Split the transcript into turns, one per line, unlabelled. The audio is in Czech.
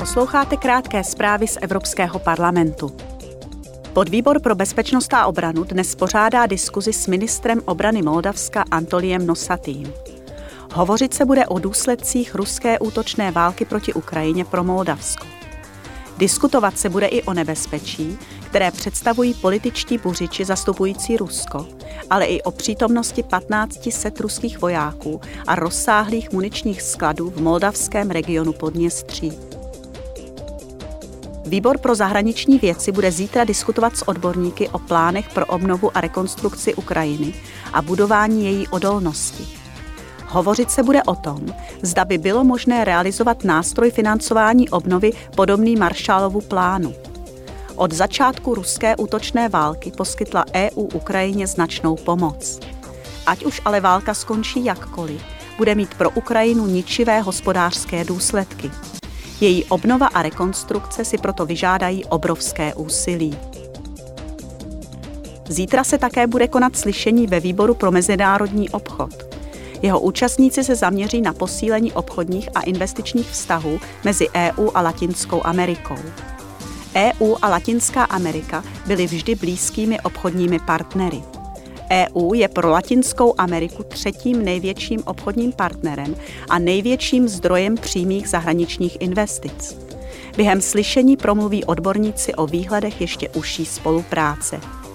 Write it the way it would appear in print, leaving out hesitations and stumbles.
Posloucháte krátké zprávy z Evropského parlamentu. Podvýbor pro bezpečnost a obranu dnes pořádá diskuzi s ministrem obrany Moldavska Antoliem Nosatým. Hovořit se bude o důsledcích ruské útočné války proti Ukrajině pro Moldavsko. Diskutovat se bude i o nebezpečí, které představují političtí buřiči zastupující Rusko, ale i o přítomnosti 1500 ruských vojáků a rozsáhlých muničních skladů v moldavském regionu Podněstří. Výbor pro zahraniční věci bude zítra diskutovat s odborníky o plánech pro obnovu a rekonstrukci Ukrajiny a budování její odolnosti. Hovořit se bude o tom, zda by bylo možné realizovat nástroj financování obnovy podobný Marshallovu plánu. Od začátku ruské útočné války poskytla EU Ukrajině značnou pomoc. Ať už ale válka skončí jakkoliv, bude mít pro Ukrajinu ničivé hospodářské důsledky. Její obnova a rekonstrukce si proto vyžádají obrovské úsilí. Zítra se také bude konat slyšení ve výboru pro mezinárodní obchod. Jeho účastníci se zaměří na posílení obchodních a investičních vztahů mezi EU a Latinskou Amerikou. EU a Latinská Amerika byly vždy blízkými obchodními partnery. EU je pro Latinskou Ameriku třetím největším obchodním partnerem a největším zdrojem přímých zahraničních investic. Během slyšení promluví odborníci o výhledech ještě užší spolupráce.